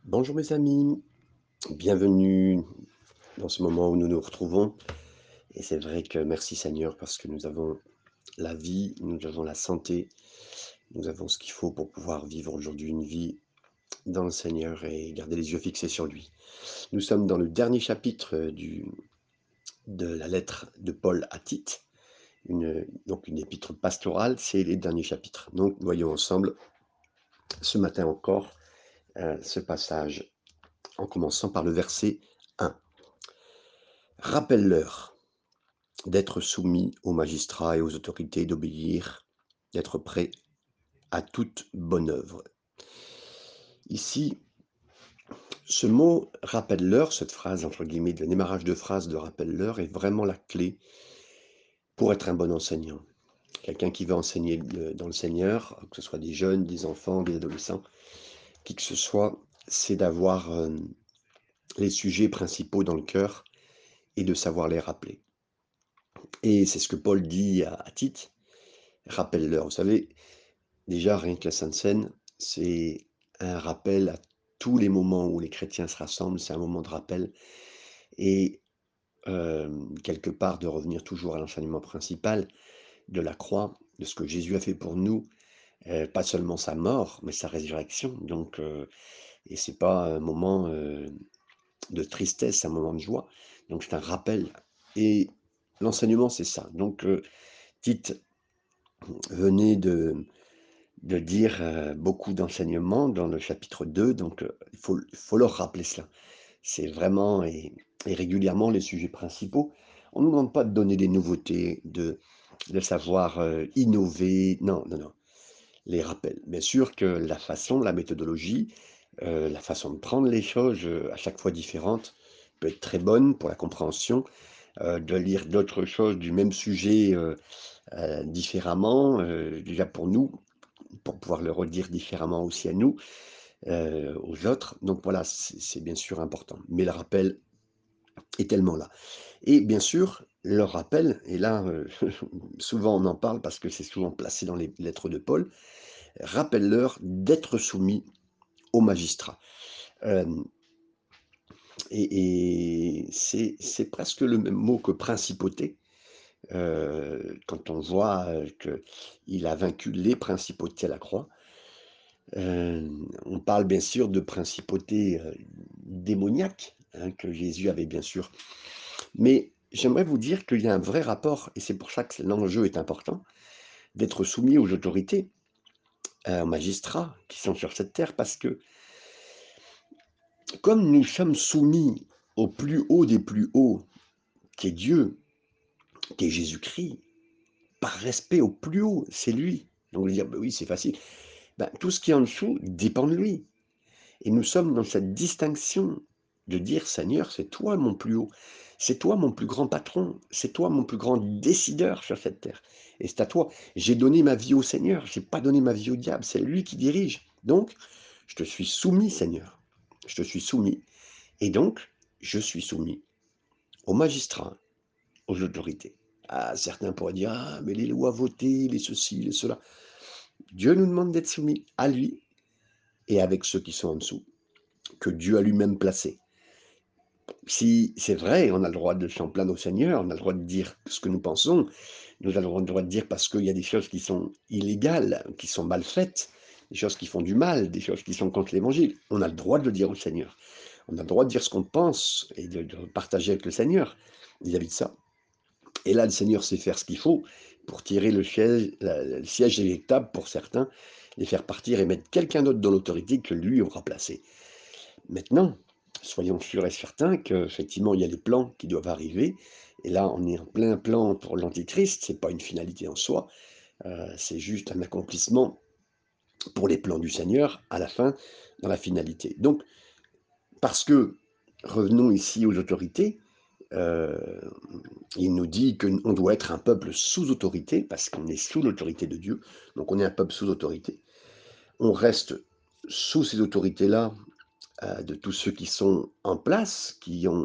Bonjour mes amis, bienvenue dans ce moment où nous nous retrouvons. Et c'est vrai que merci Seigneur parce que nous avons la vie, nous avons la santé, nous avons ce qu'il faut pour pouvoir vivre aujourd'hui une vie dans le Seigneur et garder les yeux fixés sur lui. Nous sommes dans le dernier chapitre de la lettre de Paul à Tite, donc une épître pastorale, c'est les derniers chapitres. Donc voyons ensemble ce matin encore ce passage en commençant par le verset 1. Rappelle-leur d'être soumis aux magistrats et aux autorités, d'obéir, d'être prêt à toute bonne œuvre. Ici, ce mot rappelle-leur, cette phrase entre guillemets, de démarrage de phrase de rappelle-leur est vraiment la clé pour être un bon enseignant. Quelqu'un qui veut enseigner dans le Seigneur, que ce soit des jeunes, des enfants, des adolescents, qui que ce soit, c'est d'avoir les sujets principaux dans le cœur et de savoir les rappeler. Et c'est ce que Paul dit à Tite, rappelle-leur. Vous savez, déjà, rien que la Sainte Seine, c'est un rappel à tous les moments où les chrétiens se rassemblent, c'est un moment de rappel et quelque part de revenir toujours à l'enseignement principal de la croix, de ce que Jésus a fait pour nous, pas seulement sa mort, mais sa résurrection donc et c'est pas un moment, de tristesse, c'est un moment de joie, donc c'est un rappel et l'enseignement, c'est ça donc Tite venait de dire, beaucoup d'enseignements dans le chapitre 2, donc il faut leur rappeler cela. C'est vraiment et régulièrement les sujets principaux. On ne nous demande pas de donner des nouveautés, de savoir, innover. Non, non, non. Les rappels. Bien sûr que la façon, la méthodologie, la façon de prendre les choses, à chaque fois différente, peut être très bonne pour la compréhension, de lire d'autres choses du même sujet, différemment, déjà pour nous, pour pouvoir le redire différemment aussi à nous, aux autres. Donc voilà, c'est bien sûr important. Mais le rappel est tellement là. Et bien sûr, le rappel, et là, souvent on en parle parce que c'est souvent placé dans les lettres de Paul, rappelle-leur d'être soumis aux magistrats. Hem et c'est presque le même mot que principauté, quand on voit, qu'il a vaincu les principautés à la croix. On parle bien sûr de principautés, démoniaques, hein, que Jésus avait bien sûr. Mais j'aimerais vous dire qu'il y a un vrai rapport et c'est pour ça que l'enjeu est important, d'être soumis aux autorités, aux magistrats qui sont sur cette terre parce que comme nous sommes soumis au plus haut des plus hauts, qui est Dieu, qui est Jésus-Christ, par respect au plus haut, c'est lui. Donc vous allez dire: «Bah oui, c'est facile». Ben, tout ce qui est en dessous dépend de lui. Et nous sommes dans cette distinction de dire: «Seigneur, c'est toi mon plus haut, c'est toi mon plus grand patron, c'est toi mon plus grand décideur sur cette terre et c'est à toi. J'ai donné ma vie au Seigneur, j'ai pas donné ma vie au diable, c'est lui qui dirige. Donc je te suis soumis Seigneur, je te suis soumis et donc je suis soumis aux magistrats, aux autorités». Ah, certains pourraient dire: «Ah mais les lois votées, les ceci, les cela». Dieu nous demande d'être soumis à lui et avec ceux qui sont en dessous, que Dieu a lui-même placés. Si c'est vrai, on a le droit de s'en plaindre au Seigneur, on a le droit de dire ce que nous pensons, nous avons le droit de dire parce qu'il y a des choses qui sont illégales, qui sont mal faites, des choses qui font du mal, des choses qui sont contre l'Évangile. On a le droit de le dire au Seigneur. On a le droit de dire ce qu'on pense et de partager avec le Seigneur vis-à-vis de ça. Et là, le Seigneur sait faire ce qu'il faut pour tirer le siège électable pour certains, les faire partir et mettre quelqu'un d'autre dans l'autorité que lui aura placé. Maintenant, soyons sûrs et certains qu'effectivement, il y a des plans qui doivent arriver. Et là, on est en plein plan pour l'Antichrist. C'est pas une finalité en soi. C'est juste un accomplissement pour les plans du Seigneur à la fin, dans la finalité. Donc, parce que, revenons ici aux autorités, euh, il nous dit qu'on doit être un peuple sous autorité, parce qu'on est sous l'autorité de Dieu. Donc, on est un peuple sous autorité. On reste sous ces autorités-là de tous ceux qui sont en place,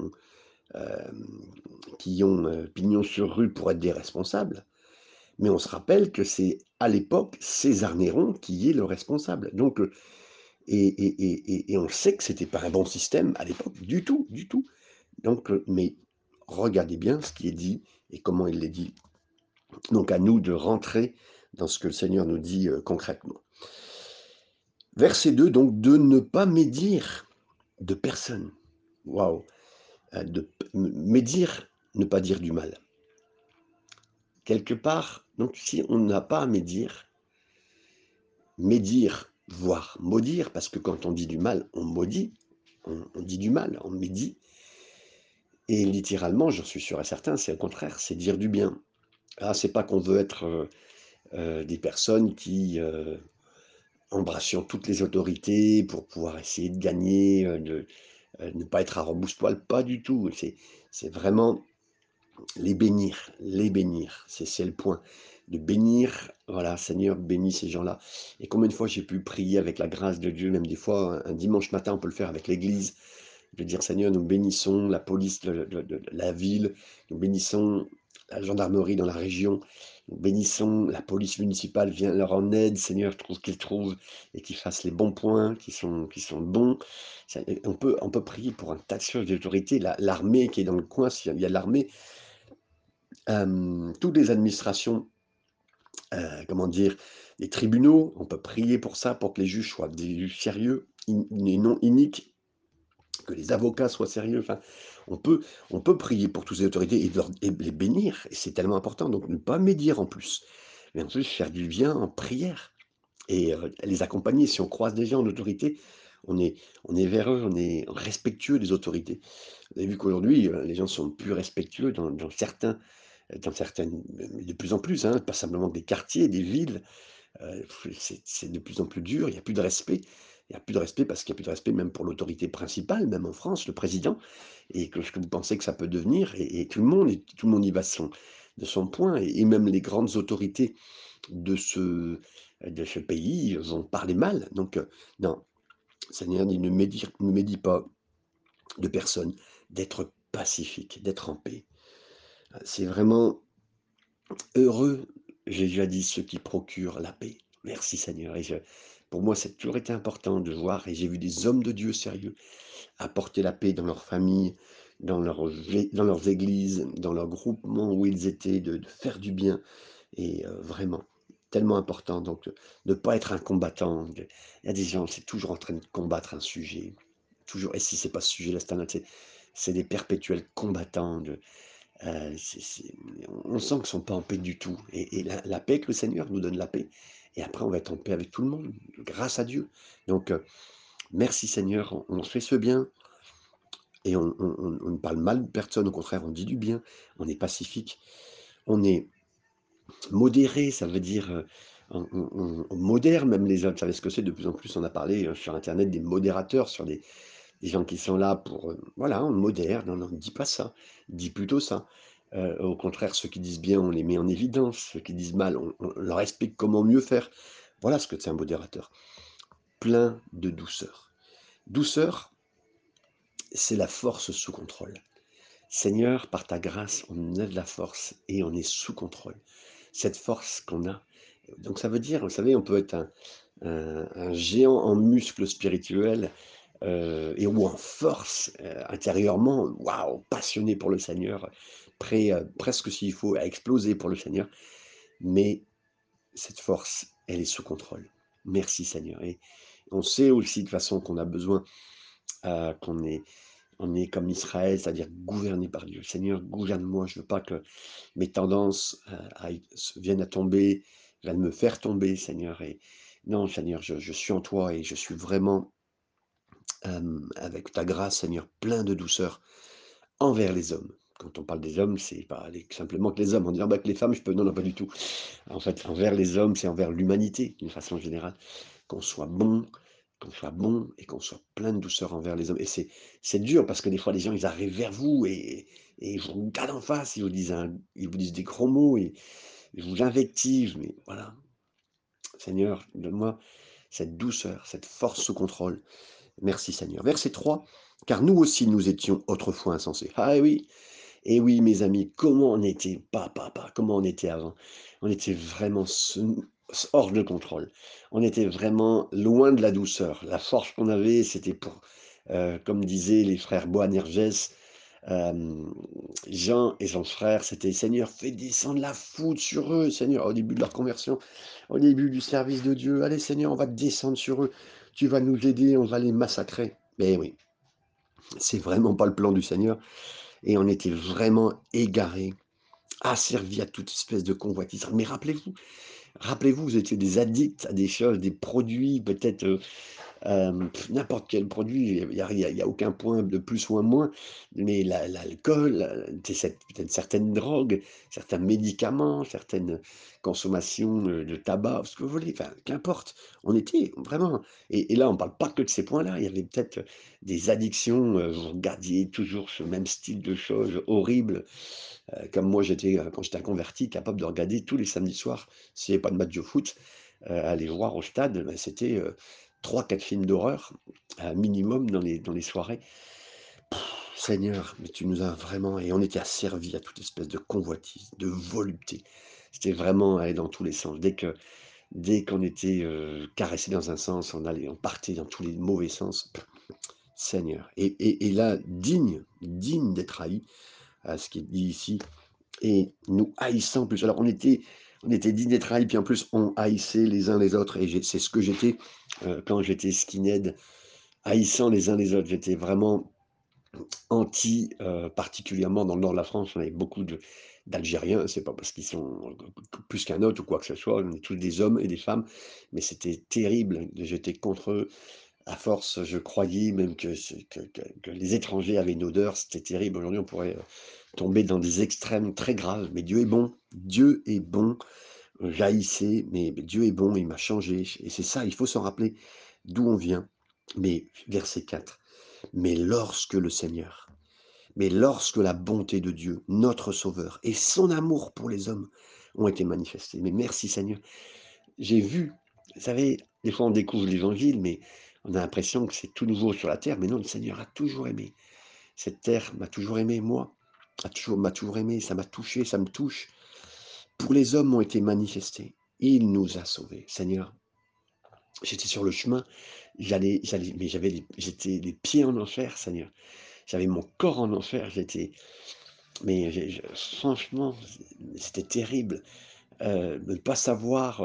qui ont pignon sur rue pour être des responsables. Mais on se rappelle que c'est à l'époque César Néron qui est le responsable. Donc et on sait que c'était pas un bon système à l'époque, du tout, du tout. Donc, mais regardez bien ce qui est dit et comment il l'est dit. Donc à nous de rentrer dans ce que le Seigneur nous dit, concrètement. Verset 2, donc de ne pas médire de personne. Waouh! De p médire, ne pas dire du mal. Quelque part, donc si on n'a pas à médire, voire maudire, parce que quand on dit du mal, on maudit, on dit du mal, on médit et littéralement, j'en suis sûr et certain, c'est au contraire, c'est dire du bien. Ah, c'est pas qu'on veut être, des personnes qui, embrassions toutes les autorités pour pouvoir essayer de gagner, ne pas être à rebousse-poil, pas du tout. C'est vraiment les bénir, c'est le point. De bénir, voilà, Seigneur, bénis ces gens-là. Et combien de fois j'ai pu prier avec la grâce de Dieu, même des fois, un dimanche matin, on peut le faire avec l'église, de dire: «Seigneur, nous bénissons la police de la ville, nous bénissons la gendarmerie dans la région, nous bénissons la police municipale, viens leur en aide, Seigneur, trouve qu'ils trouvent et qu'ils fassent les bons points, qui sont bons». Ça et on peut prier pour un tas de choses, d'autorité, l'armée qui est dans le coin, s'il y a l'armée, toutes les administrations, comment dire? Les tribunaux, on peut prier pour ça, pour que les juges soient des juges sérieux, et non iniques, que les avocats soient sérieux, enfin, on peut on peut prier pour toutes ces autorités et les bénir et c'est tellement important, donc ne pas médire en plus, mais en plus faire du bien en prière et les accompagner. Si on croise des gens en autorité, on est on est vers eux, on est respectueux des autorités. Vous avez vu qu'aujourd'hui, les gens sont plus respectueux dans certaines, mais de plus en plus, hein, pas simplement des quartiers, des villes, c'est de plus en plus dur, il y a plus de respect. Il y a plus de respect parce qu'il y a plus de respect même pour l'autorité principale, même en France, le président et que ce que vous pensez que ça peut devenir et tout le monde y va de son point et même les grandes autorités de ce pays vont parler mal donc non, Seigneur dit: «Ne médis pas de personne, d'être pacifique, d'être en paix». C'est vraiment heureux, Jésus a dit: «Ceux qui procurent la paix». Merci Seigneur et pour moi, ça a toujours été important de voir et j'ai vu des hommes de Dieu sérieux apporter la paix dans leur famille, dans leurs églises, dans leurs groupements où ils étaient, de faire du bien et vraiment, tellement important donc de pas être un combattant. Il y a des gens, c'est toujours en train de combattre un sujet, toujours et si c'est pas ce sujet-là, c'est un autre, c'est des perpétuels combattants c'est on sent qu'ils sont pas en paix du tout et la paix que le Seigneur nous donne la paix et après on va être en paix avec tout le monde, grâce à Dieu. Donc merci Seigneur, on fait ce bien et on ne parle mal de personne, au contraire, on dit du bien, on est pacifique, on est modéré, ça veut dire, on modère même les autres. Vous savez ce que c'est? De plus en plus, on a parlé, sur internet des modérateurs, sur des gens qui sont là pour, voilà, on modère. Non, non, ne dis pas ça, dis plutôt ça. Au contraire, ceux qui disent bien, on les met en évidence, ceux qui disent mal, on leur explique comment mieux faire. Voilà ce que c'est un modérateur. Plein de douceur. Douceur, c'est la force sous contrôle. Seigneur, par ta grâce, on a de la force et on est sous contrôle. Cette force qu'on a, donc ça veut dire, vous savez, on peut être un géant en muscles spirituels et ou en force intérieurement, waouh, passionné pour le Seigneur, prêt presque s'il faut à exploser pour le Seigneur. Mais cette force, elle est sous contrôle. Merci Seigneur. Et on sait aussi de toute façon qu'on a besoin, qu'on est on est comme Israël, c'est-à-dire gouverné par Dieu. Seigneur, gouverne-moi, je veux pas que mes tendances, viennent à tomber, viennent me faire tomber, Seigneur. Et non, Seigneur, je suis en toi et je suis vraiment, avec ta grâce, Seigneur, plein de douceur envers les hommes. Quand on parle des hommes, c'est pas simplement que les hommes. On dit: «Ah bah, que les femmes, je peux» non, non, pas du tout. En fait, envers les hommes, c'est envers l'humanité, d'une façon générale. Qu'on soit bon, qu'on soit bon et qu'on soit plein de douceur envers les hommes. Et c'est dur parce que des fois, les gens, ils arrivent vers vous et ils vous regardent en face, ils vous disent des gros mots et ils vous invectivent. Mais voilà, Seigneur, donne-moi cette douceur, cette force sous contrôle. Merci Seigneur. Verset 3, car nous aussi nous étions autrefois insensés. Ah oui, Et oui, mes amis, comment on était, comment on était avant. On était vraiment hors de contrôle. On était vraiment loin de la douceur. La force qu'on avait, c'était pour, comme disaient les frères Boanerges, hem, Jean et son frère, c'était: «Seigneur, fais descendre la foudre sur eux, Seigneur», au début de leur conversion, au début du service de Dieu. «Allez Seigneur, on va descendre sur eux, tu vas nous aider, on va les massacrer». Mais oui, c'est vraiment pas le plan du Seigneur et on était vraiment égarés, asservis à toute espèce de convoitise. Mais rappelez-vous, vous étiez des addicts à des choses, des produits peut-être, n'importe quel produit, il y a aucun point de plus ou un moins, mais l'alcool, peut-être certaines drogues, certains médicaments, certaines consommations, de tabac, ce que vous voulez, enfin, qu'importe. On était vraiment et là, on ne parle pas que de ces points-là, il y avait peut-être, des addictions, vous regardiez toujours ce même style de choses horribles, comme moi j'étais, quand j'étais un converti, capable de regarder tous les samedis soirs, s'il n'y avait pas de match de foot, aller voir au stade, bah, c'était, 3-4 films d'horreur, minimum dans les soirées. Seigneur, mais tu nous as vraiment et on était asservis à toute espèce de convoitise, de volupté. C'était vraiment aller dans tous les sens. Dès qu'on était, caressé dans un sens, on partait dans tous les mauvais sens. Seigneur et là, digne d'être haï, ce qui est dit ici et nous haïssant en plus. Alors on était dignes d'être haïs, puis en plus on haïssait les uns les autres et c'est ce que j'étais, quand j'étais skinhead, haïssant les uns les autres. J'étais vraiment particulièrement dans le nord de la France, on avait beaucoup d'Algériens, c'est pas parce qu'ils sont, plus qu'un autre ou quoi que ce soit, on est tous des hommes et des femmes, mais c'était terrible, j'étais contre eux. À force, je croyais même que les étrangers avaient une odeur, c'était terrible. Aujourd'hui, on pourrait, tomber dans des extrêmes très graves, mais Dieu est bon. Dieu est bon. J'haïssais, mais Dieu est bon, il m'a changé. Et c'est ça, il faut s'en rappeler d'où on vient. Mais verset 4. Mais lorsque le Seigneur, mais lorsque la bonté de Dieu, notre Sauveur, et son amour pour les hommes ont été manifestés. Mais merci Seigneur. J'ai vu, vous savez, des fois on découvre l'évangile, mais on a l'impression que c'est tout nouveau sur la terre. Mais non, le Seigneur a toujours aimé. Cette terre m'a toujours aimé, moi. M'a toujours aimé, ça m'a touché, ça me touche. Pour les hommes ont été manifestés. Il nous a sauvés. Seigneur, j'étais sur le chemin, mais j'étais les pieds en enfer, Seigneur. J'avais mon corps en enfer, mais franchement, c'était terrible de ne pas savoir,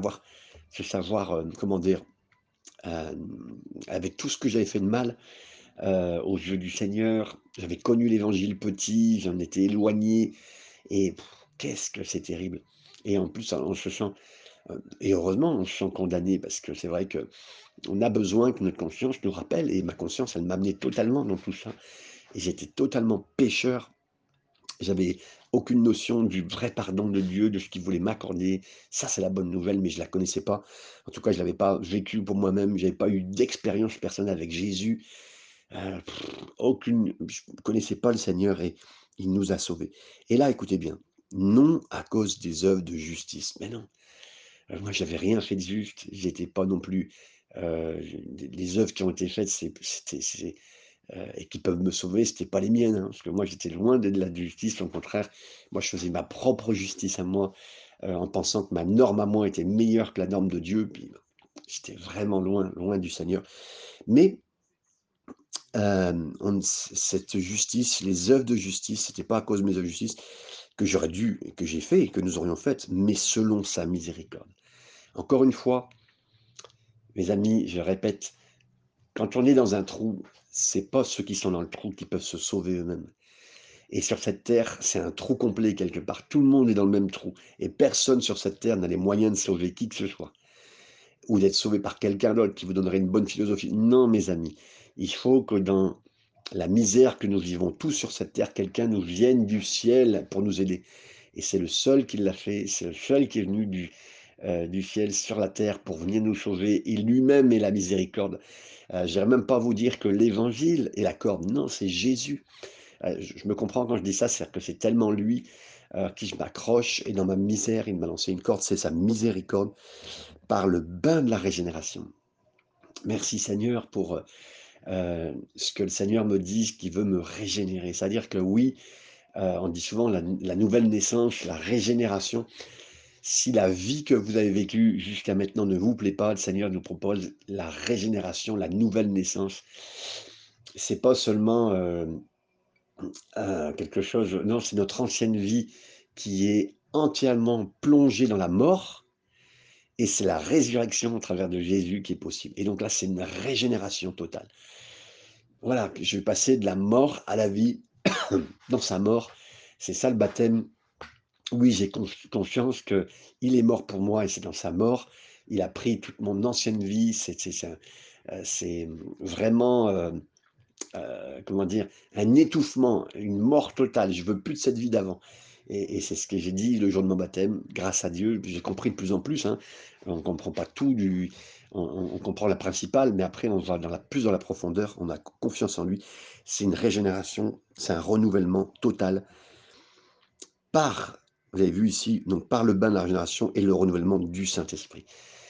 comment dire, euh, avec tout ce que j'avais fait de mal aux yeux du Seigneur. J'avais connu l'évangile petit, j'en étais éloigné, et qu'est-ce que c'est terrible! Et en plus, on se sent, et heureusement, on se sent condamné parce que c'est vrai qu'on a besoin que notre conscience nous rappelle et ma conscience, elle m'amenait totalement dans tout ça et j'étais totalement pécheur. J'avais aucune notion du vrai pardon de Dieu, de ce qu'il voulait m'accorder. Ça, c'est la bonne nouvelle, mais je la connaissais pas. En tout cas, je l'avais pas vécu pour moi-même. J'avais pas eu d'expérience personnelle avec Jésus. Heu, aucune je connaissais pas le Seigneur et il nous a sauvés. Et là, écoutez bien, non à cause des œuvres de justice. Mais non, moi j'avais rien fait de juste, j'étais pas non plus, les œuvres qui ont été faites, et qui peuvent me sauver, c'était pas les miennes, hein, parce que moi j'étais loin de la justice, au contraire, moi je faisais ma propre justice à moi, en pensant que ma norme à moi était meilleure que la norme de Dieu, puis j'étais vraiment loin, loin du Seigneur. Mais on c cette justice, les œuvres de justice, c'était pas à cause de mes œuvres de justice que j'aurais dû et que j'ai fait et que nous aurions faites, mais selon sa miséricorde. Encore une fois, mes amis, je répète, quand on est dans un trou, c'est pas ceux qui sont dans le trou qui peuvent se sauver eux-mêmes. Et sur cette terre, c'est un trou complet quelque part. Tout le monde est dans le même trou et personne sur cette terre n'a les moyens de sauver qui que ce soit ou d'être sauvé par quelqu'un d'autre qui vous donnerait une bonne philosophie. Non, mes amis, il faut que dans la misère que nous vivons tous sur cette terre, quelqu'un nous vienne du ciel pour nous aider. Et c'est le seul qui l'a fait, c'est le seul qui est venu du ciel sur la terre pour venir nous sauver. Il lui-même est la miséricorde. Je même pas vous dire que l'évangile est la corde. Non, c'est Jésus. Je me comprends quand je dis ça, c'est-à-dire que c'est tellement lui à qui je m'accroche et dans ma misère, il m'a lancé une corde, c'est sa miséricorde par le bain de la régénération. Merci Seigneur pour ce que le Seigneur me dit, qu'il veut me régénérer. C'est-à-dire que oui, On dit souvent la nouvelle naissance, la régénération. Si la vie que vous avez vécue jusqu'à maintenant ne vous plaît pas, le Seigneur nous propose la régénération, la nouvelle naissance. C'est pas seulement, quelque chose non, c'est notre ancienne vie qui est entièrement plongée dans la mort et c'est la résurrection au travers de Jésus qui est possible et donc là, c'est une régénération totale. Voilà, je vais passer de la mort à la vie dans sa mort. C'est ça le baptême. Oui, j'ai conscience que il est mort pour moi et c'est dans sa mort. Il a pris toute mon ancienne vie. C'est vraiment, comment dire? Un étouffement, une mort totale. Je veux plus de cette vie d'avant et c'est ce que j'ai dit le jour de mon baptême. Grâce à Dieu, j'ai compris de plus en plus, hein. On comprend pas tout du on comprend la principale, mais après on va plus dans la profondeur, on a confiance en lui. C'est une régénération, c'est un renouvellement total par vous avez vu ici, donc par le bain de la régénération et le renouvellement du Saint-Esprit.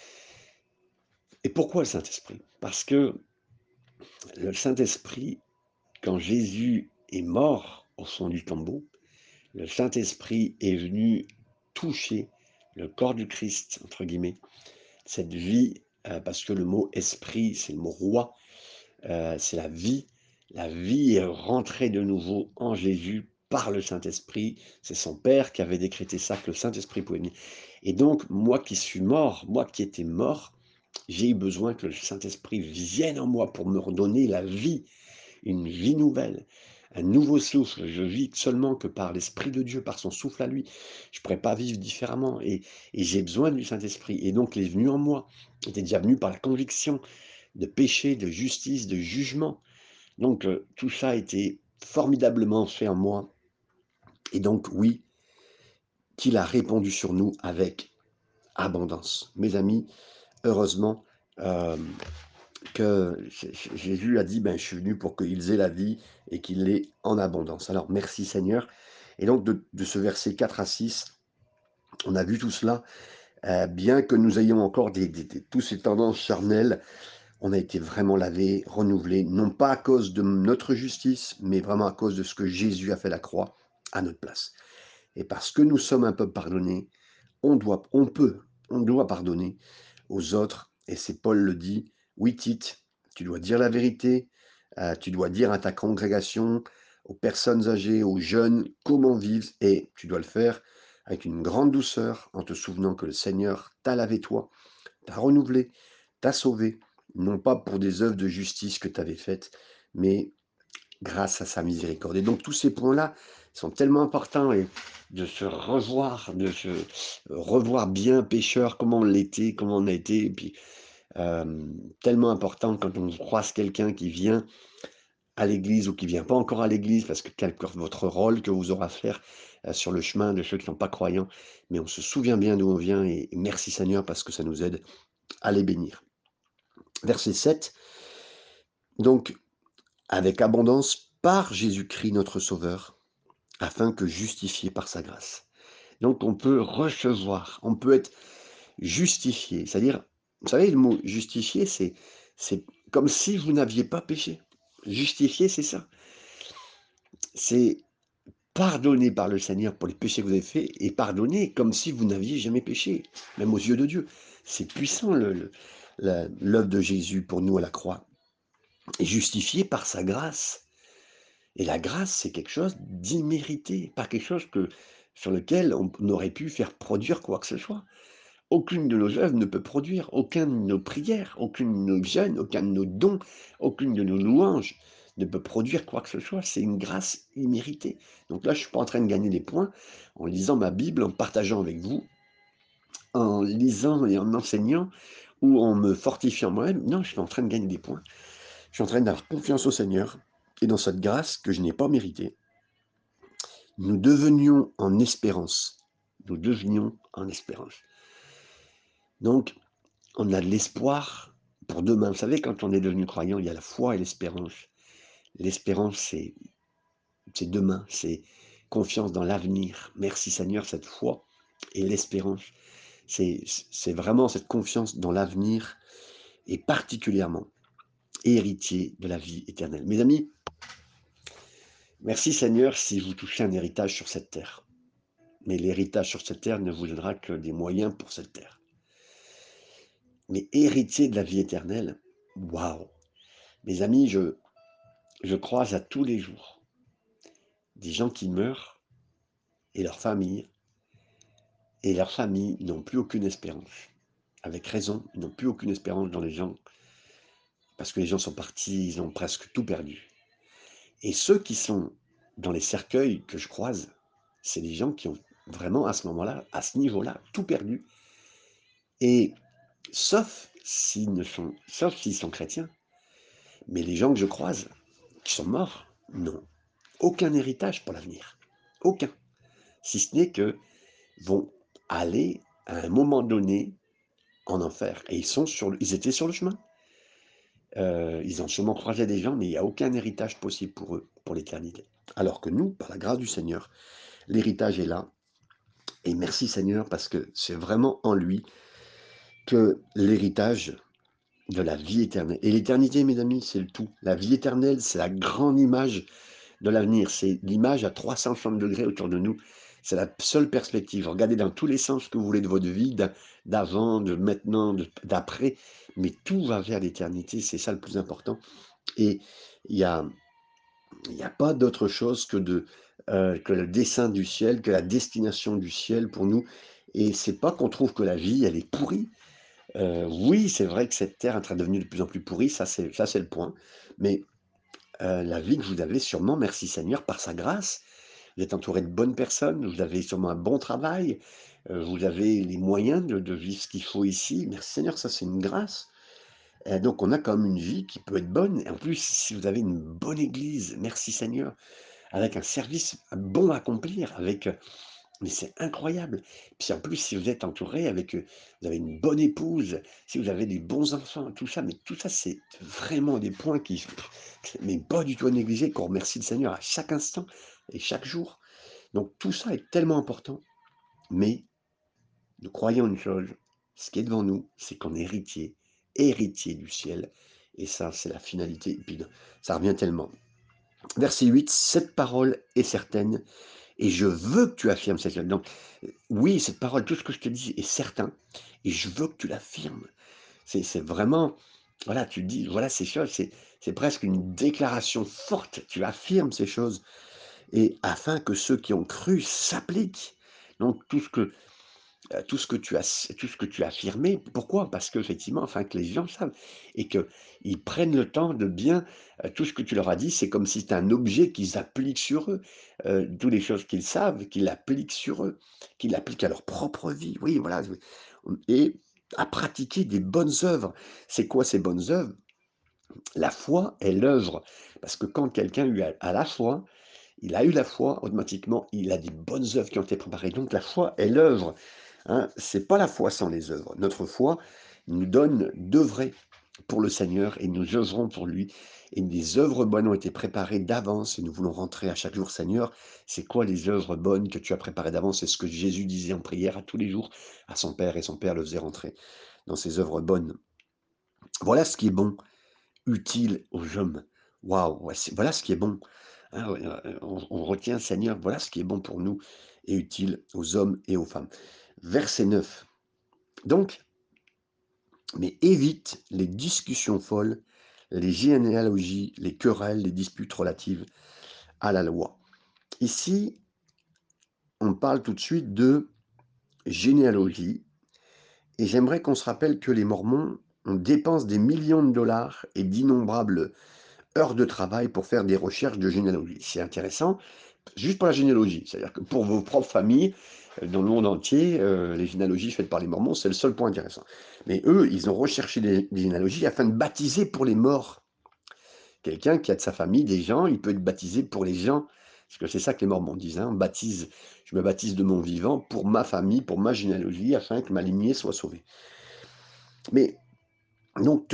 Et pourquoi le Saint-Esprit? Parce que le Saint-Esprit, quand Jésus est mort au fond du tombeau, le Saint-Esprit est venu toucher le corps du Christ, entre guillemets, cette vie, parce que le mot esprit, c'est le mot roi, c'est la vie. La vie est rentrée de nouveau en Jésus par le Saint-Esprit. C'est son Père qui avait décrété ça, que le Saint-Esprit pouvait venir. Et donc, moi qui suis mort, moi qui étais mort, j'ai eu besoin que le Saint-Esprit vienne en moi pour me redonner la vie, une vie nouvelle, un nouveau souffle. Je vis seulement que par l'Esprit de Dieu, par son souffle à lui. Je ne pourrais pas vivre différemment. Et j'ai besoin du Saint-Esprit. Et donc, il est venu en moi. Il était déjà venu par la conviction de péché, de justice, de jugement. Donc, tout ça a été formidablement fait en moi. Et donc, oui, qu'il a répandu sur nous avec abondance. Mes amis, heureusement, que Jésus a dit, ben, je suis venu pour qu'ils aient la vie et qu'il l'ait en abondance. Alors, merci Seigneur. Et donc, de ce verset 4 à 6, on a vu tout cela. Bien que nous ayons encore tous ces tendances charnelles, on a été vraiment lavé, renouvelé, non pas à cause de notre justice, mais vraiment à cause de ce que Jésus a fait à la croix à notre place. Et parce que nous sommes un peuple pardonné, on doit pardonner aux autres. Et c'est Paul le dit, oui Tite, tu dois dire la vérité, tu dois dire à ta congrégation, aux personnes âgées, aux jeunes, comment vivre, et tu dois le faire avec une grande douceur, en te souvenant que le Seigneur t'a lavé toi, t'a renouvelé, t'a sauvé, non pas pour des œuvres de justice que tu avais faites, mais grâce à sa miséricorde. Et donc tous ces points-là sont tellement importants et de se revoir, de se revoir bien pécheur, comment on l'était, comment on a été, et puis tellement important quand on croise quelqu'un qui vient à l'église ou qui vient pas encore à l'église, parce que quel que votre rôle que vous aurez à faire sur le chemin de ceux qui ne sont pas croyants, mais on se souvient bien d'où on vient et merci Seigneur parce que ça nous aide à les bénir. Verset 7, donc avec abondance par Jésus-Christ notre Sauveur, afin que justifié par sa grâce. Donc on peut recevoir, on peut être justifié, c'est-à-dire, vous savez, le mot justifié, c'est comme si vous n'aviez pas péché. Justifié, c'est ça. C'est pardonné par le Seigneur pour les péchés que vous avez faits et pardonné comme si vous n'aviez jamais péché, même aux yeux de Dieu. C'est puissant l'œuvre de Jésus pour nous à la croix. Et justifié par sa grâce. Et la grâce, c'est quelque chose d'immérité, pas quelque chose sur lequel on aurait pu faire produire quoi que ce soit. Aucune de nos œuvres ne peut produire, aucune de nos prières, aucune de nos jeûnes, aucun de nos dons, aucune de nos louanges ne peut produire quoi que ce soit. C'est une grâce imméritée. Donc là, je ne suis pas en train de gagner des points en lisant ma Bible, en partageant avec vous, en lisant et en enseignant ou en me fortifiant moi-même. Non, je suis en train de gagner des points. Je suis en train d'avoir confiance au Seigneur et dans cette grâce que je n'ai pas méritée. Nous devenions en espérance. Nous devenions en espérance. Donc, on a de l'espoir pour demain. Vous savez, quand on est devenu croyant, il y a la foi et l'espérance. L'espérance, c'est demain, c'est confiance dans l'avenir. Merci Seigneur, cette foi et l'espérance. C'est vraiment cette confiance dans l'avenir et particulièrement héritier de la vie éternelle. Mes amis, Merci Seigneur si vous touchez un héritage sur cette terre. Mais l'héritage sur cette terre ne vous donnera que des moyens pour cette terre. Mais héritier de la vie éternelle, waouh! Mes amis, je croise à tous les jours des gens qui meurent et leurs familles n'ont plus aucune espérance. Avec raison, ils n'ont plus aucune espérance dans les gens, parce que les gens sont partis, ils ont presque tout perdu. Et ceux qui sont dans les cercueils que je croise, c'est des gens qui ont vraiment à ce moment-là, à ce niveau-là, tout perdu. Et sauf s'ils sont chrétiens, mais les gens que je croise, qui sont morts, n'ont aucun héritage pour l'avenir. Aucun. Si ce n'est que vont aller à un moment donné en enfer. Et ils étaient sur le chemin. Ils ont sûrement croisé des gens, mais il n'y a aucun héritage possible pour eux, pour l'éternité. Alors que nous, par la grâce du Seigneur, l'héritage est là. Et merci Seigneur, parce que c'est vraiment en lui que l'héritage de la vie éternelle. Et l'éternité, mes amis, c'est le tout. La vie éternelle, c'est la grande image de l'avenir. C'est l'image à 360 degrés autour de nous. C'est la seule perspective. Regardez dans tous les sens que vous voulez de votre vie, d'avant, de maintenant, d'après. Mais tout va vers l'éternité. C'est ça le plus important. Et il y a, il y a pas d'autre chose que le dessein du ciel, que la destination du ciel pour nous. Et c'est pas qu'on trouve que la vie, elle est pourrie. Oui, c'est vrai que cette terre est en train de devenir de plus en plus pourrie, ça c'est le point. Mais la vie que vous avez sûrement, merci Seigneur, par sa grâce, vous êtes entouré de bonnes personnes, vous avez sûrement un bon travail, vous avez les moyens de vivre ce qu'il faut ici. Merci Seigneur, ça c'est une grâce. Donc on a quand même une vie qui peut être bonne. Et en plus, si vous avez une bonne église, merci Seigneur, avec un service bon à accomplir, mais c'est incroyable. Puis en plus, si vous êtes entouré avec, vous avez une bonne épouse, si vous avez des bons enfants, tout ça, mais tout ça, c'est vraiment des points qui, mais pas du tout à négliger, qu'on remercie le Seigneur à chaque instant et chaque jour. Donc tout ça est tellement important. Mais nous croyons une chose, ce qui est devant nous, c'est qu'on est héritier du ciel. Et ça, c'est la finalité. Et puis, ça revient tellement. Verset 8, cette parole est certaine et je veux que tu affirmes cette chose. Donc, oui, cette parole, tout ce que je te dis est certain et je veux que tu l'affirmes. C'est vraiment, voilà, tu dis, voilà ces choses, c'est presque une déclaration forte. Tu affirmes ces choses et afin que ceux qui ont cru s'appliquent. Donc, tout ce que tu as affirmé. Pourquoi? Parce qu'effectivement, afin que les gens savent et qu'ils prennent le temps de bien, tout ce que tu leur as dit, c'est comme si c'était un objet qu'ils appliquent sur eux. Toutes les choses qu'ils savent, qu'ils appliquent sur eux, qu'ils appliquent à leur propre vie. Oui, voilà, et à pratiquer des bonnes œuvres. C'est quoi ces bonnes œuvres? La foi est l'œuvre. Parce que quand quelqu'un a la foi, il a eu la foi, automatiquement, il a des bonnes œuvres qui ont été préparées. Donc la foi est l'œuvre. Hein, c'est pas la foi sans les œuvres. Notre foi nous donne d'œuvrer pour le Seigneur et nous œuvrons pour lui. Et des œuvres bonnes ont été préparées d'avance et nous voulons rentrer à chaque jour, Seigneur. C'est quoi les œuvres bonnes que tu as préparées d'avance? C'est ce que Jésus disait en prière à tous les jours à son Père et son Père le faisait rentrer dans ses œuvres bonnes. Voilà ce qui est bon, utile aux hommes. Waouh, ouais, voilà ce qui est bon. Hein, ouais, on retient, Seigneur, voilà ce qui est bon pour nous et utile aux hommes et aux femmes. Verset 9. Donc, mais évite les discussions folles, les généalogies, les querelles, les disputes relatives à la loi. Ici, on parle tout de suite de généalogie, et j'aimerais qu'on se rappelle que les Mormons, on dépense des millions de dollars et d'innombrables heures de travail pour faire des recherches de généalogie. C'est intéressant, juste pour la généalogie, c'est-à-dire que pour vos propres familles, dans le monde entier, les généalogies faites par les Mormons, c'est le seul point intéressant. Mais eux, ils ont recherché des généalogies afin de baptiser pour les morts. Quelqu'un qui a de sa famille des gens, il peut être baptisé pour les gens, parce que c'est ça que les Mormons disent, hein, je me baptise de mon vivant pour ma famille, pour ma généalogie, afin que ma lignée soit sauvée. Mais donc,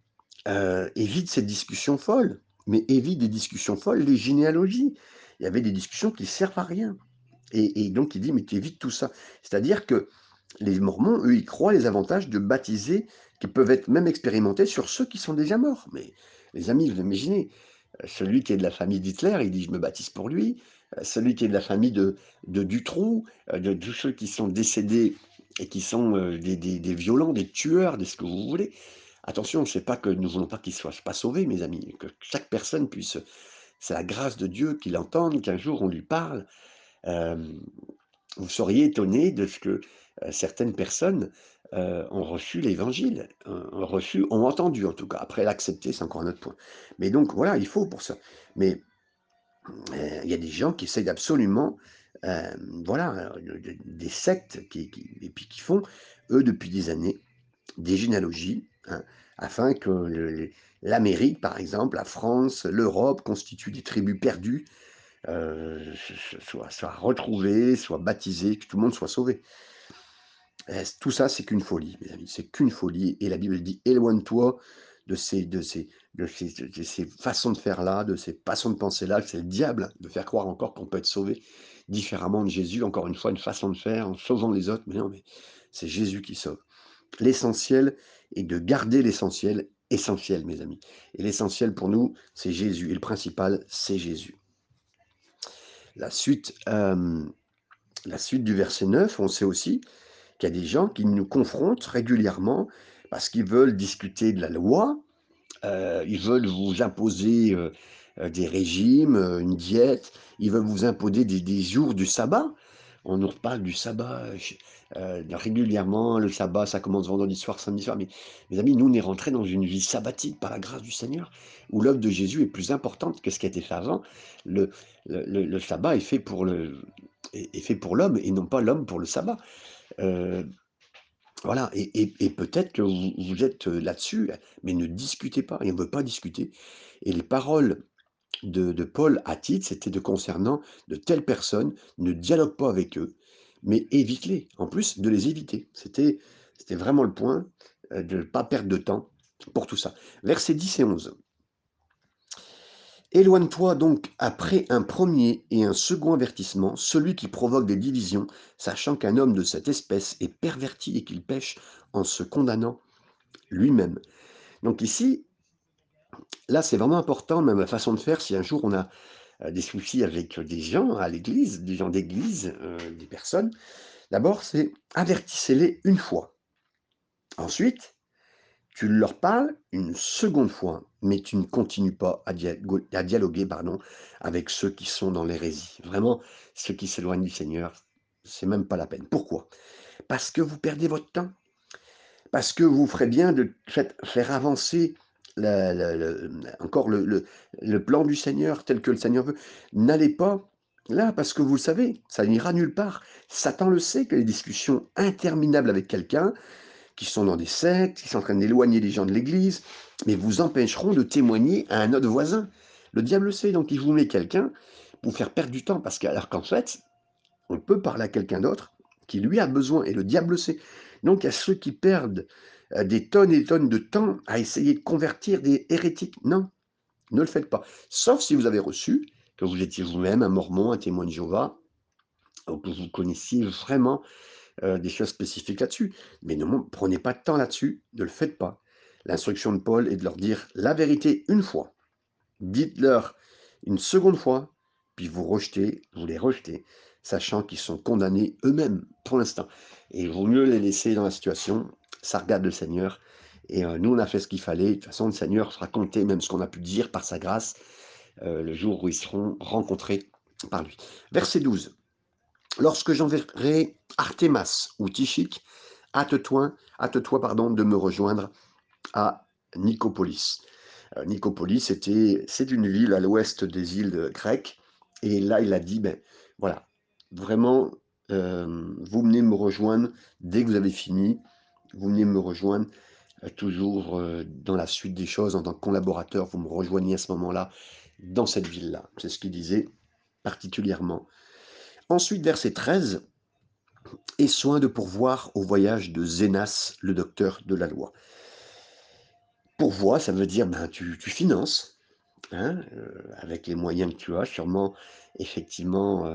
évite cette discussion folle, mais évite des discussions folles, les généalogies. Il y avait des discussions qui servent à rien. Et donc il dit, mais tu évites tout ça. C'est-à-dire que les Mormons, eux, ils croient les avantages de baptiser qui peuvent être même expérimentés sur ceux qui sont déjà morts. Mais les amis, vous imaginez, Celui qui est de la famille d'Hitler, il dit: «Je me baptise pour lui». Celui qui est de la famille de Dutroux, de tous ceux qui sont décédés et qui sont, des violents, des tueurs, des ce que vous voulez. Attention, c'est pas que nous ne voulons pas qu'ils soient pas sauvés, mes amis, que chaque personne puisse c'est la grâce de Dieu qu'il entende, qu'un jour on lui parle. Hem, Vous seriez étonnés de ce que, certaines personnes, ont reçu l'évangile, ont entendu en tout cas. Après l'accepter, c'est encore un autre point. Mais donc voilà, il faut pour ça. Mais il y a des gens qui essayent absolument, voilà, des sectes et puis qui font, eux, depuis des années, des généalogies, hein, afin que l'Amérique, par exemple, la France, l'Europe constituent des tribus perdues, soient retrouvées, soient baptisées, que tout le monde soit sauvé. Tout ça, c'est qu'une folie, mes amis, c'est qu'une folie et la Bible dit: «Éloigne-toi de ces façons de faire-là, de ces façons de penser-là». C'est le diable de faire croire encore qu'on peut être sauvé différemment de Jésus. Encore une fois, une façon de faire, en sauvant les autres, mais non, mais c'est Jésus qui sauve. L'essentiel est de garder l'essentiel essentiel, mes amis, et l'essentiel pour nous, c'est Jésus et le principal, c'est Jésus. La suite, la suite du verset 9, on sait aussi qu'il y a des gens qui nous confrontent régulièrement parce qu'ils veulent discuter de la loi, ils veulent vous imposer, des régimes, une diète, ils veulent vous imposer des jours du sabbat. On nous reparle du sabbat, régulièrement, le sabbat, ça commence vendredi soir, samedi soir, mais mes amis, nous, on est rentrés dans une vie sabbatique par la grâce du Seigneur, où l'œuvre de Jésus est plus importante que ce qui a été fait avant. Le le sabbat est fait pour l'homme et non pas l'homme pour le sabbat. Heu voilà et peut-être que vous êtes, là-dessus, mais ne discutez pas et on ne veut pas discuter et les paroles de Paul à Tite, c'était de concernant de telles personnes, ne dialogue pas avec eux, mais évite-les. En plus, de les éviter. C'était vraiment le point, de ne pas perdre de temps pour tout ça. Versets 10 et 11. Éloigne-toi donc après un premier et un second avertissement, celui qui provoque des divisions, sachant qu'un homme de cette espèce est perverti et qu'il pêche en se condamnant lui-même. Donc ici, là, c'est vraiment important, même la façon de faire, si un jour on a des soucis avec des gens à l'église, des gens d'église, des personnes, d'abord, c'est avertissez-les une fois. Ensuite, tu leur parles une seconde fois, mais tu ne continues pas à dialoguer pardon, avec ceux qui sont dans l'hérésie. Vraiment, ceux qui s'éloignent du Seigneur, c'est même pas la peine. Pourquoi? Parce que vous perdez votre temps. Parce que vous ferez bien de faire avancer encore le plan du Seigneur tel que le Seigneur veut. N'allez pas là, parce que vous le savez, ça n'ira nulle part. Satan le sait que les discussions interminables avec quelqu'un, qui sont dans des sectes, qui sont en train d'éloigner les gens de l'Église, mais vous empêcheront de témoigner à un autre voisin. Le diable le sait, donc il vous met quelqu'un pour vous faire perdre du temps, parce alors qu'en fait, on peut parler à quelqu'un d'autre qui lui a besoin et le diable le sait. Donc il y a ceux qui perdent des tonnes et des tonnes de temps à essayer de convertir des hérétiques. Non, ne le faites pas. Sauf si vous avez reçu, que vous étiez vous-même un mormon, un témoin de Jéhovah, ou que vous connaissiez vraiment des choses spécifiques là-dessus. Mais ne prenez pas de temps là-dessus, ne le faites pas. L'instruction de Paul est de leur dire la vérité une fois. Dites-leur une seconde fois, puis vous les rejetez, sachant qu'ils sont condamnés eux-mêmes pour l'instant. Et il vaut mieux les laisser dans la situation, ça regarde le Seigneur. Et nous, on a fait ce qu'il fallait. De toute façon, le Seigneur fera compter même ce qu'on a pu dire par sa grâce, le jour où ils seront rencontrés par lui. Verset 12. Lorsque j'enverrai Artémas ou Tychique, hâte-toi pardon, de me rejoindre à Nicopolis. Nicopolis, c'est une ville à l'ouest des îles grecques. Et là, il a dit, ben voilà, vraiment, vous venez me rejoindre dès que vous avez fini. Vous venez me rejoindre toujours dans la suite des choses en tant que collaborateur. Vous me rejoignez à ce moment-là dans cette ville-là. C'est ce qu'il disait particulièrement. Ensuite, verset 13, et soin de pourvoir au voyage de Zénas, le docteur de la loi. Pourvoir, ça veut dire, ben, tu finances, hein, avec les moyens que tu as, sûrement, effectivement,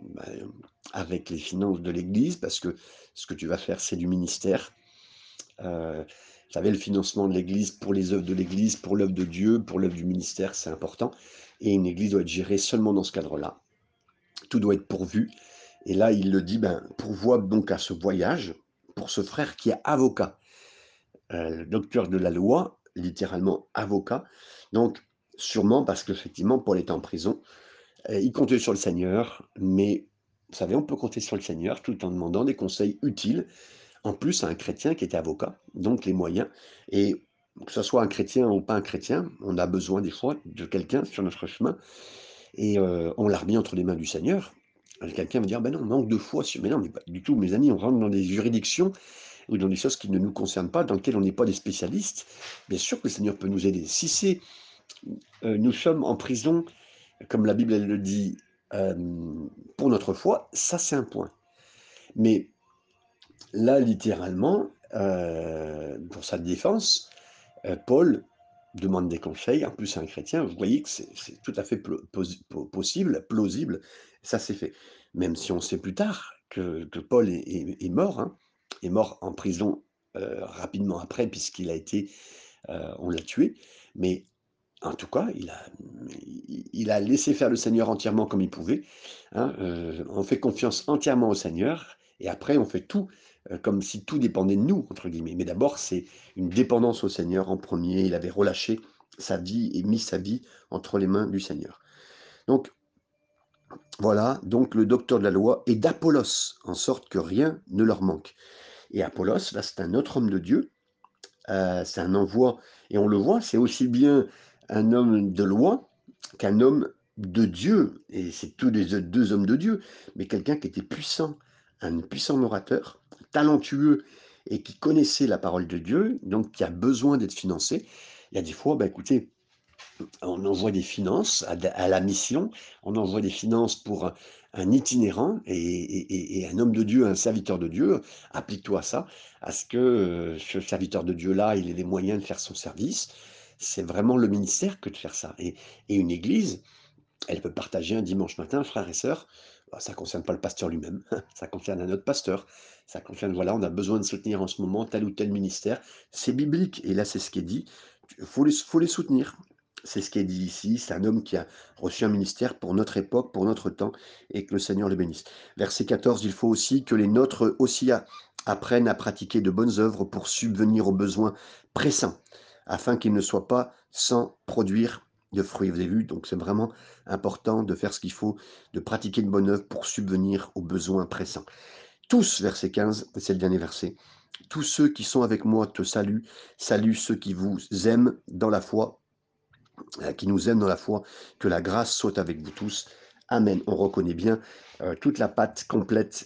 avec les finances de l'Église, parce que ce que tu vas faire, c'est du ministère. Heu, Vous savez, le financement de l'Église pour les œuvres de l'Église, pour l'œuvre de Dieu, pour l'œuvre du ministère, c'est important. Et une Église doit être gérée seulement dans ce cadre-là. Tout doit être pourvu. Et là, il le dit, ben, pourvoit donc à ce voyage pour ce frère qui est avocat, le docteur de la loi, littéralement avocat. Donc, sûrement parce qu'effectivement, Paul était en prison. Il comptait sur le Seigneur, mais vous savez, on peut compter sur le Seigneur tout en demandant des conseils utiles. En plus, à un chrétien qui était avocat, donc les moyens. Et que ce soit un chrétien ou pas un chrétien, on a besoin des fois de quelqu'un sur notre chemin. Et on l'a remis entre les mains du Seigneur. Quelqu'un va dire, ben non, manque de foi. Mais non, mais pas du tout, mes amis, on rentre dans des juridictions ou dans des choses qui ne nous concernent pas, dans lesquelles on n'est pas des spécialistes. Bien sûr que le Seigneur peut nous aider. Si c'est, nous sommes en prison, comme la Bible elle le dit, pour notre foi, ça c'est un point. Mais là, littéralement, pour sa défense, Paul demande des conseils, en plus c'est un chrétien, vous voyez que c'est tout à fait possible, plausible, ça s'est fait. Même si on sait plus tard que Paul est mort, hein, est mort en prison rapidement après, puisqu'il a été, on l'a tué, mais en tout cas, il a laissé faire le Seigneur entièrement comme il pouvait, hein, on fait confiance entièrement au Seigneur et après on fait tout, comme si tout dépendait de nous, entre guillemets. Mais d'abord, c'est une dépendance au Seigneur en premier. Il avait relâché sa vie et mis sa vie entre les mains du Seigneur. Donc voilà, donc le docteur de la loi est d'Apollos, en sorte que rien ne leur manque. Et Apollos, là, c'est un autre homme de Dieu, c'est un envoi et on le voit, c'est aussi bien un homme de loi qu'un homme de Dieu et c'est tous les 2 hommes de Dieu, mais quelqu'un qui était puissant, un puissant orateur, talentueux et qui connaissait la parole de Dieu, donc qui a besoin d'être financé. Il y a des fois, bah, écoutez, on envoie des finances à la mission, on envoie des finances pour un itinérant et un homme de Dieu, un serviteur de Dieu, applique-toi à ça, à ce que ce serviteur de Dieu-là, il ait les moyens de faire son service. C'est vraiment le ministère que de faire ça. Et une église, elle peut partager un dimanche matin, frères et sœurs, bah, ça ne concerne pas le pasteur lui-même, ça concerne un autre pasteur, ça concerne, voilà, on a besoin de soutenir en ce moment tel ou tel ministère. C'est biblique, et là c'est ce qui est dit, faut les soutenir. C'est ce qui est dit ici, c'est un homme qui a reçu un ministère pour notre époque, pour notre temps, et que le Seigneur le bénisse. Verset 14, il faut aussi que les nôtres aussi apprennent à pratiquer de bonnes œuvres pour subvenir aux besoins pressants, afin qu'ils ne soient pas sans produire de fruits. Vous avez vu, donc c'est vraiment important de faire ce qu'il faut, de pratiquer une bonne œuvre pour subvenir aux besoins pressants. Tous, verset 15, c'est le dernier verset, tous ceux qui sont avec moi te saluent, saluent ceux qui vous aiment dans la foi, qui nous aiment dans la foi, que la grâce soit avec vous tous. Amen. On reconnaît bien toute la patte complète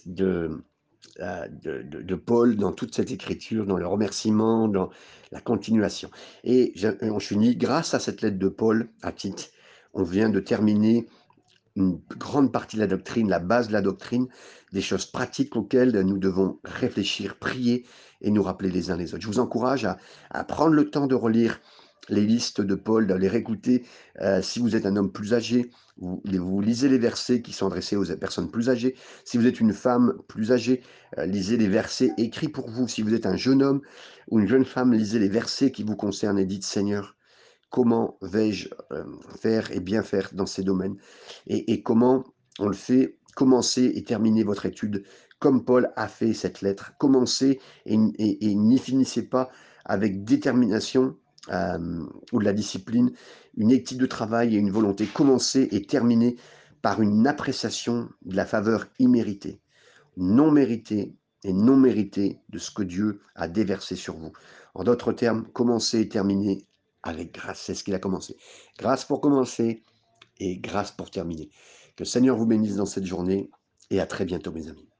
de Paul dans toute cette écriture, dans le remerciement, dans la continuation. Et on finit, grâce à cette lettre de Paul à Tite, on vient de terminer une grande partie de la doctrine, la base de la doctrine, des choses pratiques auxquelles nous devons réfléchir, prier et nous rappeler les uns les autres. Je vous encourage à prendre le temps de relire les listes de Paul, de les réécouter. Si vous êtes un homme plus âgé, vous lisez les versets qui sont adressés aux personnes plus âgées. Si vous êtes une femme plus âgée, lisez les versets écrits pour vous. Si vous êtes un jeune homme ou une jeune femme, lisez les versets qui vous concernent et dites Seigneur, comment vais-je faire et bien faire dans ces domaines et comment on le fait, commencez et terminez votre étude comme Paul a fait cette lettre. Commencez et n'y finissez pas avec détermination ou de la discipline, une éthique de travail et une volonté. Commencez et terminez par une appréciation de la faveur imméritée, non méritée et non méritée de ce que Dieu a déversé sur vous. En d'autres termes, commencez et terminez avec grâce. C'est ce qu'il a commencé. Grâce pour commencer et grâce pour terminer. Que le Seigneur vous bénisse dans cette journée et à très bientôt mes amis.